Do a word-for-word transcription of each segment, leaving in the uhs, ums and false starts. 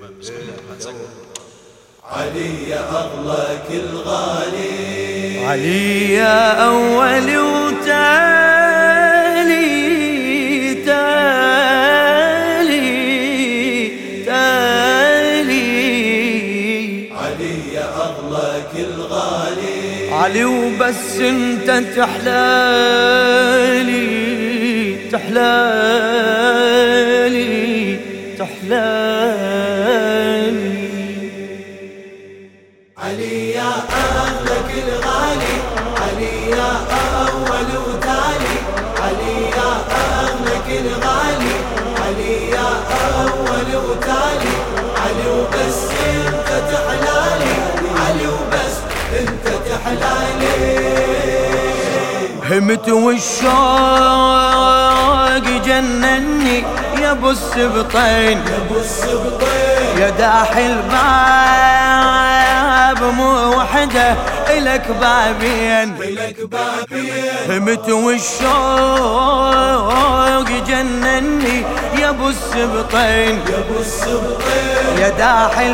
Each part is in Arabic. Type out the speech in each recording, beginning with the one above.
بسم الله. علي يا أغلى كل غالي، علي يا أول وتالي تالي تالي، علي يا أغلى كل غالي، علي وبس انت تحلالي تحلالي تحلالي. علي يا أغلى كل غالي، علي يا أول وتالي، علي يا أغلى كل غالي، علي يا أول وتالي، علي وبس انت تحلالي، علي وبس انت تحلالي. همت والشوق جنني يا ابو السبطين، يا ابو السبطين، يا داحي الباب مو وحده إلك بابين، إلك بابين. همت والشوق جنني يا ابو السبطين، يا ابو السبطين، يا داحي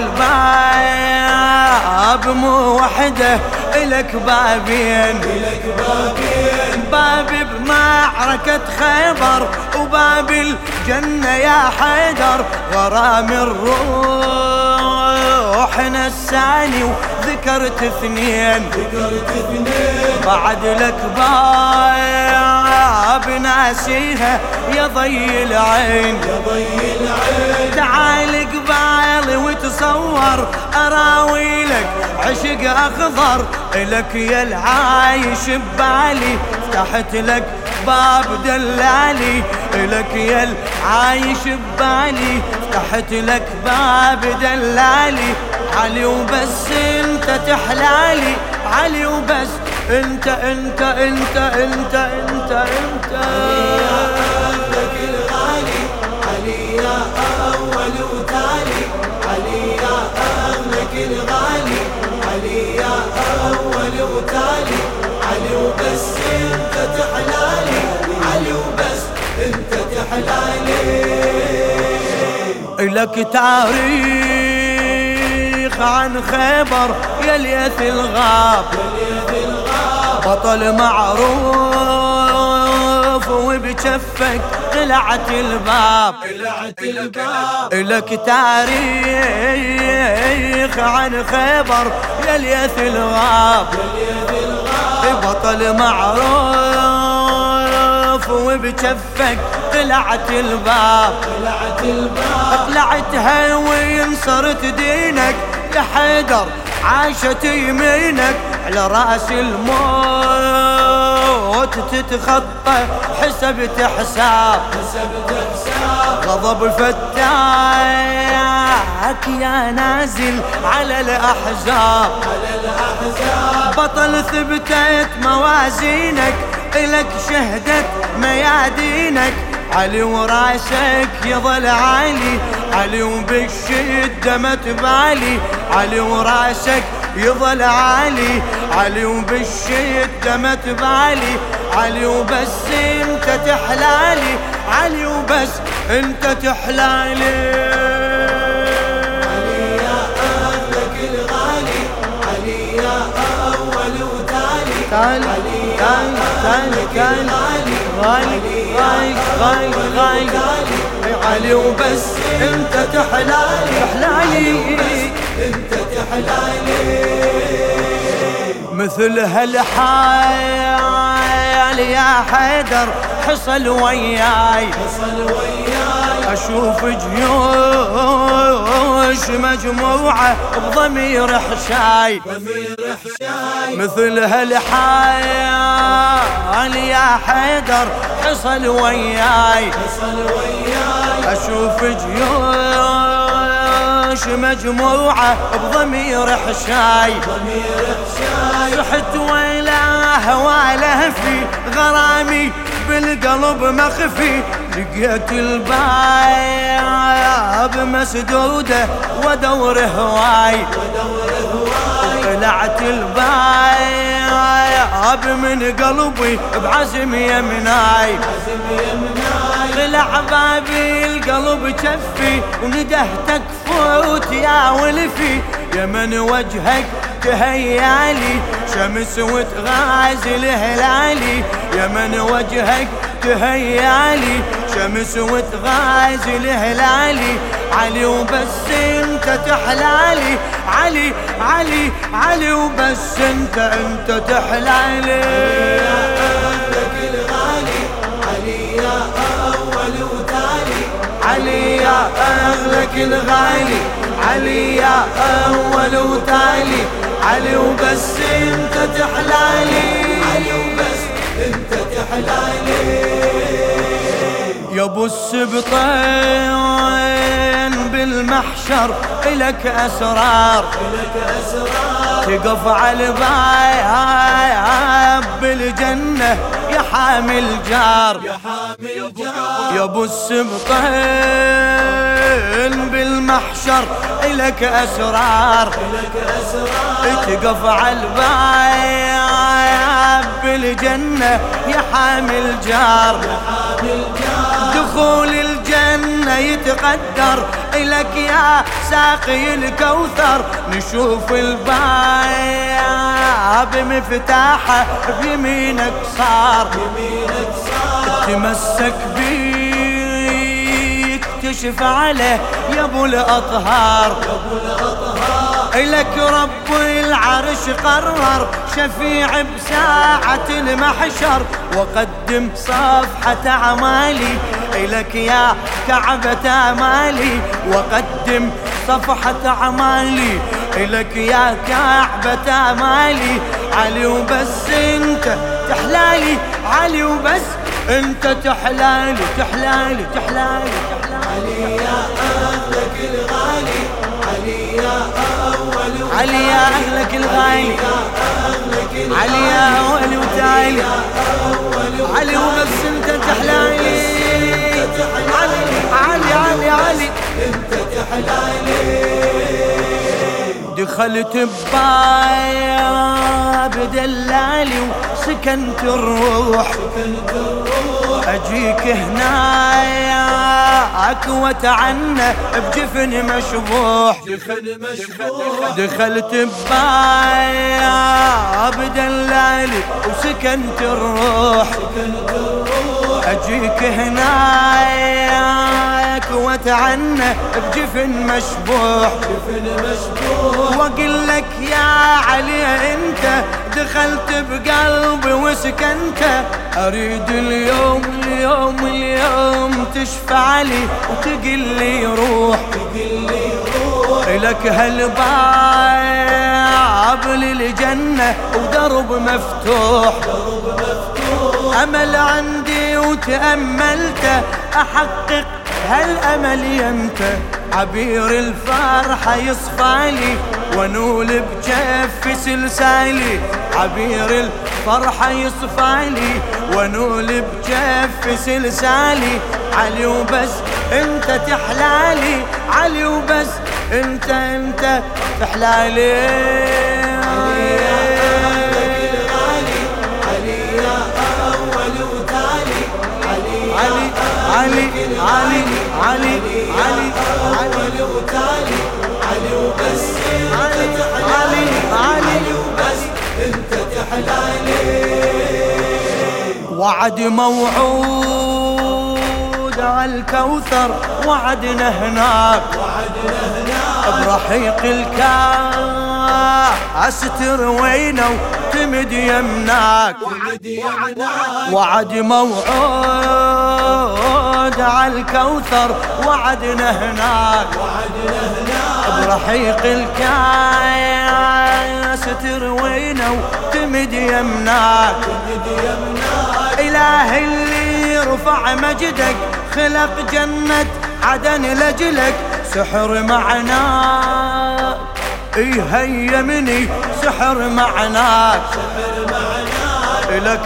الباب مو وحده إلك بابين، إلك بابين. باب بمعركة خيبر وباب الجنة يا حيدر، غرام الروح نساني وذكرت اثنين، ذكرت اثنين بعد لك باب ناسيها يا ضي العين، يا ضي العين. تعال قبالي وتصور أراويلك عشق أخضر، إلك يا العايش ببالي فتحت لك باب دلالي، إلك يا العايش ببالي فتحت لك باب دلالي. علي وبس انت تحلالي، علي وبس انت انت انت انت انت انت. علي يا أغلى كل غالي، علي يا أول وتالي، علي يا أغلى كل غالي، علي يا أول وتالي، علي وبس انت تحلالي، علي وبس انت تحلالي. لك تاريخ عن خيبر يا ليث الغاب، بطل معروف وبجفك قلعت الباب، قلعت الباب. لك تاريخ عن خيبر يا ليث الغاب، بطل معروف وبجفك قلعت الباب، قلعت الباب. قلعتها وينصرت دينك يا حيدر، عاشت يمينك على راس الموت تتخطى حسبت حساب، حسبت حساب. غضب فتاك يا نازل على الأحزاب، على الأحزاب. بطل ثبتت موازينك إلك شهدت ميادينك، علي وراسك يظل عالي، علي وبالشدة ما تبالي، علي وراسك يظل عالي، علي وبالشدة ما تبالي، علي وبس انت تحلالي، علي وبس انت تحلالي. علي يا أغلى كل غالي، علي يا أول وتالي، تعال تعال تعال تعال غالي غالي غالي غالي، علي وبس انت تحلالي تحلالي، انت تحلالي. مثل هالحال يا حيدر حصل وياي، حصل وياي. اشوف جيوش مجموعة بضمير حشاي، ضمير حشاي. مثل هالحال يا حيدر حصل وياي، حصل وياي. اشوف جيوش مجموعة بضمير حشاي، ضمير حشاي. صحت ولا هواله في غرامي بالقلب مخفي، لقيت الباب مسدودة ودور هواي، ودور هواي. طلعت الباب من قلبي بعزم يمناي، عزم يمناي. طالع بابي القلب جفي وندهتك فوت يا ولفي، يا من وجهك تهيالي شمس وتغازل هلالي، يا من وجهك تهيالي شمس وتغازل هلالي، علي وبس انت تحلالي، علي علي علي وبس انت انت تحلالي. علي يا أغلك الغالي، علي يا أول وتالي، علي وبس انت تحلالي، علي وبس انت تحلالي. يا ابو السبطين بالمحشر إلك أسرار، إلك أسرار تقف على الباب بالجنة يا حامل جار، يا حامل جار. يا ابو السبطين بالمحشر إلك أسرار، إلك أسرار تقف على الباب بالجنة يا حامل جار، يا حامل جار. دخول الجنة يتقدر إلك يا ساقي الكوثر، نشوف الباب مفتاحه بيمينك صار، يمينك صار تمسك بيك تشفع عليه يا ابو الاطهار، يا ابو الاطهار. إلك رب العرش قرر شفيع بساعة المحشر، وقدم صفحة أعمالي إلك يا كعبة آمالي، وقدم صفحة أعمالي إلك يا كعبة آمالي، علي وبس انت تحلالي، علي وبس انت تحلالي تحلالي تحلالي تحلالي. علي يا أهلك الغالي، علي يا أول وتالي، علي يا أهلك الغالي، علي يا أول وتالي، علي وبس انت تحلالي، علي علي علي علي انت تحلالي. دخلت بباب دلالي وسكنت الروح، سكنت الروح أجيك هناك وتعنى بجفن مشبوح، جفن مشبوح. دخلت بباب دلالي وسكنت الروح، سكنت الروح أجيك هناك وتعنى بجفن مشبوح، جفن مشبوح. واقول لك يا علي انت دخلت بقلبي وسكنت، اريد اليوم اليوم اليوم تشفع لي وتقل لي روح، تقل لي روح. لك هالباب للجنة ودرب مفتوح، درب مفتوح. امل عندي وتأملته احقق هالامل يمتى، عبير الفرحة يصفالي ونول بجف سلسالي، عبير الفرحة يصفالي ونول بجف سلسالي، علي وبس انت تحلالي، علي وبس انت انت تحلالي. علي يا أهلك الغالي، علي يا أول وتالي، علي علي علي علي علي علي أول وتالي، علي وبس انت علي تحلالي، علي علي وبس انت تحلالي. وعد موعود على الكوثر وعدنا هناك، وعدنا هناك برحيق الكاس تروينا وتمد يمناك، وعد يمناك. وعد موعود على الكوثر وعدنا هناك، وعدنا هناك برحيق الكاس تروينا وتمد يمناك، تمد يمناك. إله اللي رفع مجدك خلق جنة عدن لجلك، سحر معناك إيه هيمني سحر معناك، سحر معناك. لك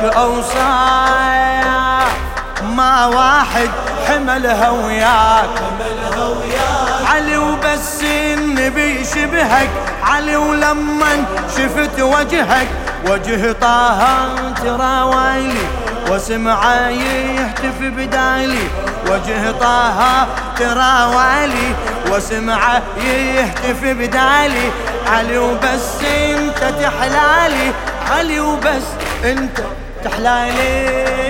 أوصاف ما واحد حملها وياك، حملها وياك. علي وبس النبي شبهك، علي ولما شفت وجهك وجه طه ترى ويلي، وسمعه يهتف بدالي وجه طه ترى والي وسمعه يهتف بدالي علي وبس انت تحلالي علي وبس انت تحلالي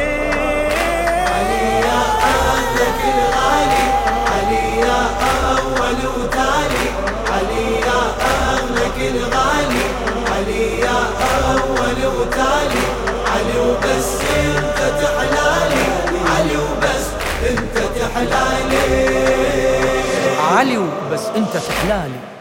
علي يا أهلك الغالي علي يا أول وتالي علي يا أهلك الغالي علي يا أول وتالي علي وبس انت تحلالي علي وبس انت تحلالي علي وبس انت تحلالي